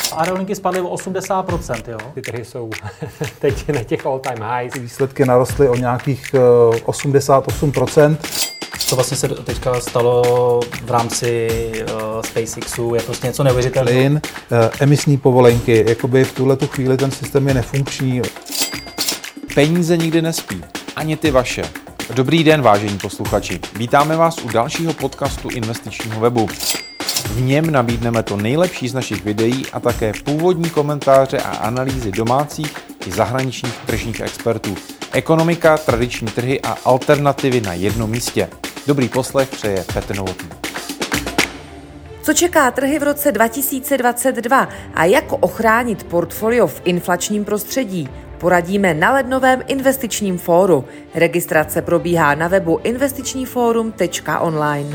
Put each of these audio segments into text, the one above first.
Aerolinky spadly o 80%, jo. Ty trhy jsou teď na těch all-time highs. Výsledky narostly o nějakých 88%. Co vlastně se teďka stalo v rámci SpaceXu, je prostě něco neuvěřitelného. Plyn, emisní povolenky, jakoby v tuhletu chvíli ten systém je nefunkční. Peníze nikdy nespí, ani ty vaše. Dobrý den, vážení posluchači. Vítáme vás u dalšího podcastu investičního webu. V něm nabídneme to nejlepší z našich videí a také původní komentáře a analýzy domácích i zahraničních tržních expertů. Ekonomika, tradiční trhy a alternativy na jednom místě. Dobrý poslech přeje Petr Novotný. Co čeká trhy v roce 2022 a jak ochránit portfolio v inflačním prostředí? Poradíme na lednovém investičním fóru. Registrace probíhá na webu investičníforum.online.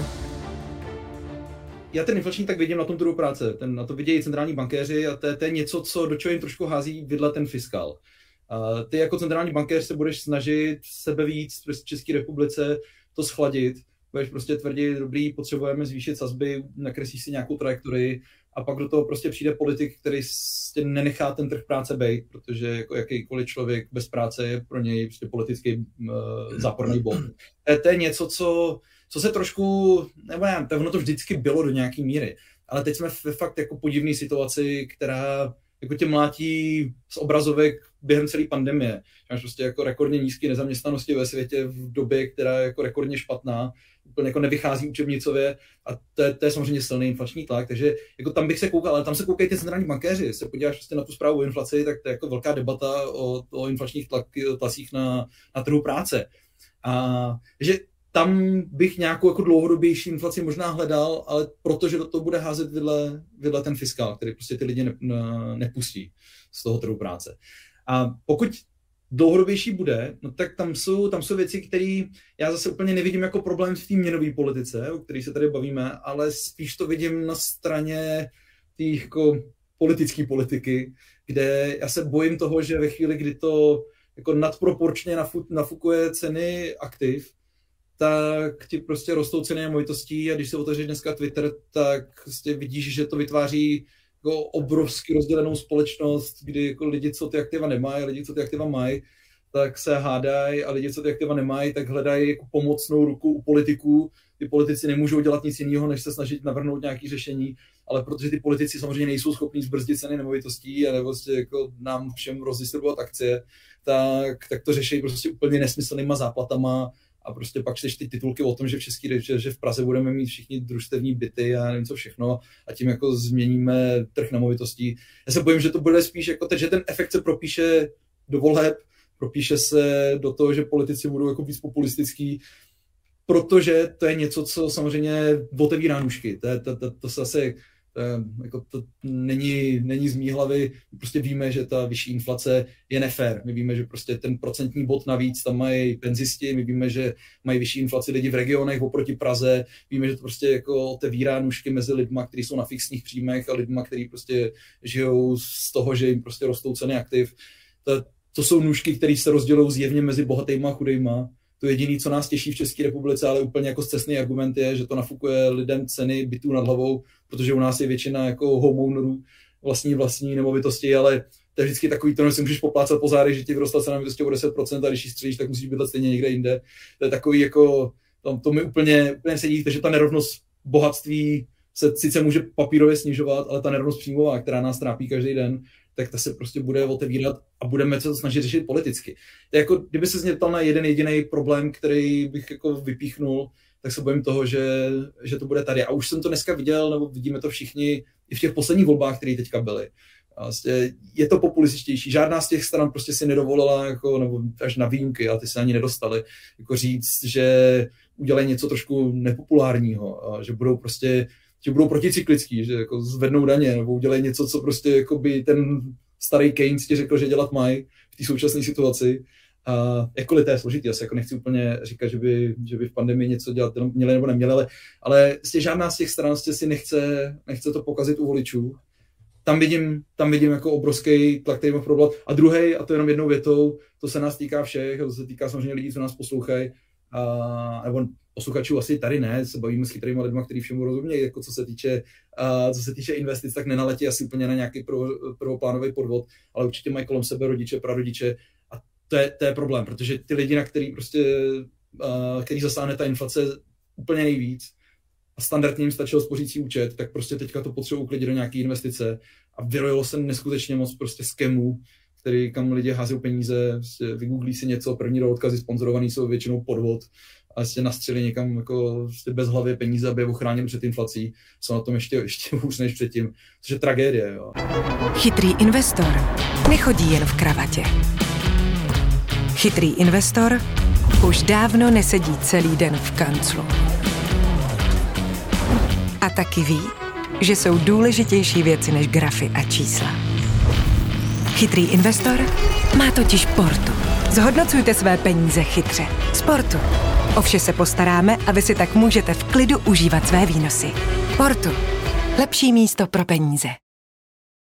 Já ten inflační tak vidím na tom trhu práce, na to vidějí centrální bankéři a to je něco, do čeho jim trošku hází vidle ten fiskál. Ty jako centrální bankéř se budeš snažit sebe víc v České republice to schladit, budeš prostě tvrdit, dobrý, potřebujeme zvýšit sazby, nakreslíš si nějakou trajektorii a pak do toho prostě přijde politik, který nenechá ten trh práce bejt, protože jako jakýkoliv člověk bez práce je pro něj prostě politický záporný bod. To je něco, co se trošku, nebo já, ono to vždycky bylo do nějaký míry, ale teď jsme ve fakt jako podivné situaci, která jako tě mlátí z obrazovek během celé pandemie. Máš prostě jako rekordně nízké nezaměstnanosti ve světě v době, která je jako rekordně špatná, úplně jako nevychází učebnicově a to je samozřejmě silný inflační tlak, takže jako tam bych se koukal, ale tam se koukají ty centrální bankéři, se podíváš prostě na tu zprávu o inflaci, tak to je jako velká debata o inflačních tlacích na trhu práce. A že tam bych nějakou jako dlouhodobější inflaci možná hledal, ale protože do toho bude házet vidle ten fiskál, který prostě ty lidi nepustí z toho trhu práce. A pokud dlouhodobější bude, no tak tam jsou věci, které já zase úplně nevidím jako problém v té měnové politice, o které se tady bavíme, ale spíš to vidím na straně té jako politické politiky, kde já se bojím toho, že ve chvíli, kdy to jako nadproporčně nafukuje ceny aktiv, tak ti prostě rostou ceny nemovitostí a když se otevřeš dneska Twitter, tak prostě vidíš, že to vytváří jako obrovsky rozdělenou společnost, kdy jako lidi, co ty aktiva nemají, a lidi, co ty aktiva mají, tak se hádají a lidi, co ty aktiva nemají, tak hledají jako pomocnou ruku u politiků. Ty politici nemůžou dělat nic jiného, než se snažit navrhnout nějaké řešení, ale protože ty politici samozřejmě nejsou schopní zbrzdit ceny nemovitostí a nebo prostě jako nám všem rozdistribuovat akcie, tak to řeší prostě úplně nesmyslnýma záplatama. A prostě pak čteš ty titulky o tom, že v Praze budeme mít všichni družstevní byty a nevím co všechno a tím jako změníme trh nemovitostí. Já se bojím, že to bude spíš jako že ten efekt se propíše do voleb, propíše se do toho, že politici budou jako víc populistický, protože to je něco, co samozřejmě otevírá nůžky. To se asi jako to není z mý hlavy, prostě víme, že ta vyšší inflace je nefér. My víme, že prostě ten procentní bod navíc tam mají penzisti, my víme, že mají vyšší inflaci lidi v regionech oproti Praze, víme, že to prostě jako otevírá nůžky mezi lidma, kteří jsou na fixních příjmech a lidma, kteří prostě žijou z toho, že jim prostě rostou ceny aktiv. To jsou nůžky, které se rozdělují zjevně mezi bohatýma a chudejma. To jediné, co nás těší v České republice, ale úplně jako scestný argument je, že to nafukuje lidem ceny bytů nad hlavou, protože u nás je většina jako homeownerů vlastní nemovitosti, ale to je vždycky takový to, že si můžeš poplácat po zádech, že ti vyrostla cena nemovitosti o 10% a když ji střelíš, tak musíš bydlet stejně někde jinde. To je takový jako, to mi úplně sedí, takže ta nerovnost bohatství se sice může papírově snižovat, ale ta nerovnost příjmová, která nás trápí každý den, tak ta se prostě bude otevírat a budeme se to snažit řešit politicky. To je jako, kdyby se znětal na jeden jediný problém, který bych jako vypíchnul, tak se bojím toho, že to bude tady. A už jsem to dneska viděl, nebo vidíme to všichni i v těch posledních volbách, které teďka byly. Vlastně je to populističtější. Žádná z těch stran prostě si nedovolila, jako, nebo až na výjimky, a ty se ani nedostali, jako říct, že udělají něco trošku nepopulárního, a že budou proticyklický, že jako zvednou daně, nebo udělají něco, co prostě jako by ten starý Keynes ti řekl, že dělat mají v té současné situaci. A jakkoliv to je složitý, asi jako nechci úplně říkat, že by v pandemii něco dělat měli nebo neměli, ale žádná z těch stran si nechce to pokazit u voličů. Tam vidím jako obrovský tlak, který má problém. A druhej, a to jenom jednou větou, to se nás týká všech, to se týká samozřejmě lidí, co nás poslouchají, nebo posluchačů asi tady ne, se bavíme s chytrýma lidma, kteří všemu rozumějí, jako co se týče investic, tak nenaletí asi úplně na nějaký prvoplánový podvod, ale určitě mají kolem sebe rodiče, prarodiče a to je problém, protože ty lidi, na který zasáhne ta inflace úplně nejvíc a standardně jim stačil spořící účet, tak prostě teďka to potřebují uklidit do nějaké investice a vyrojilo se neskutečně moc prostě skemů, kam lidi hází peníze, prostě vygooglí si něco, první odkazy sponzorovaný jsou většinou podvod a vlastně nastřeli někam jako prostě bez hlavy peníze, aby je ochránili před inflací. Jsou na tom ještě hůř než předtím, což je tragédie. Jo. Chytrý investor nechodí jen v kravatě. Chytrý investor už dávno nesedí celý den v kanclu. A taky ví, že jsou důležitější věci než grafy a čísla. Chytrý investor má totiž Portu. Zhodnocujte své peníze chytře. S Portu. O vše se postaráme a vy si tak můžete v klidu užívat své výnosy. Portu. Lepší místo pro peníze.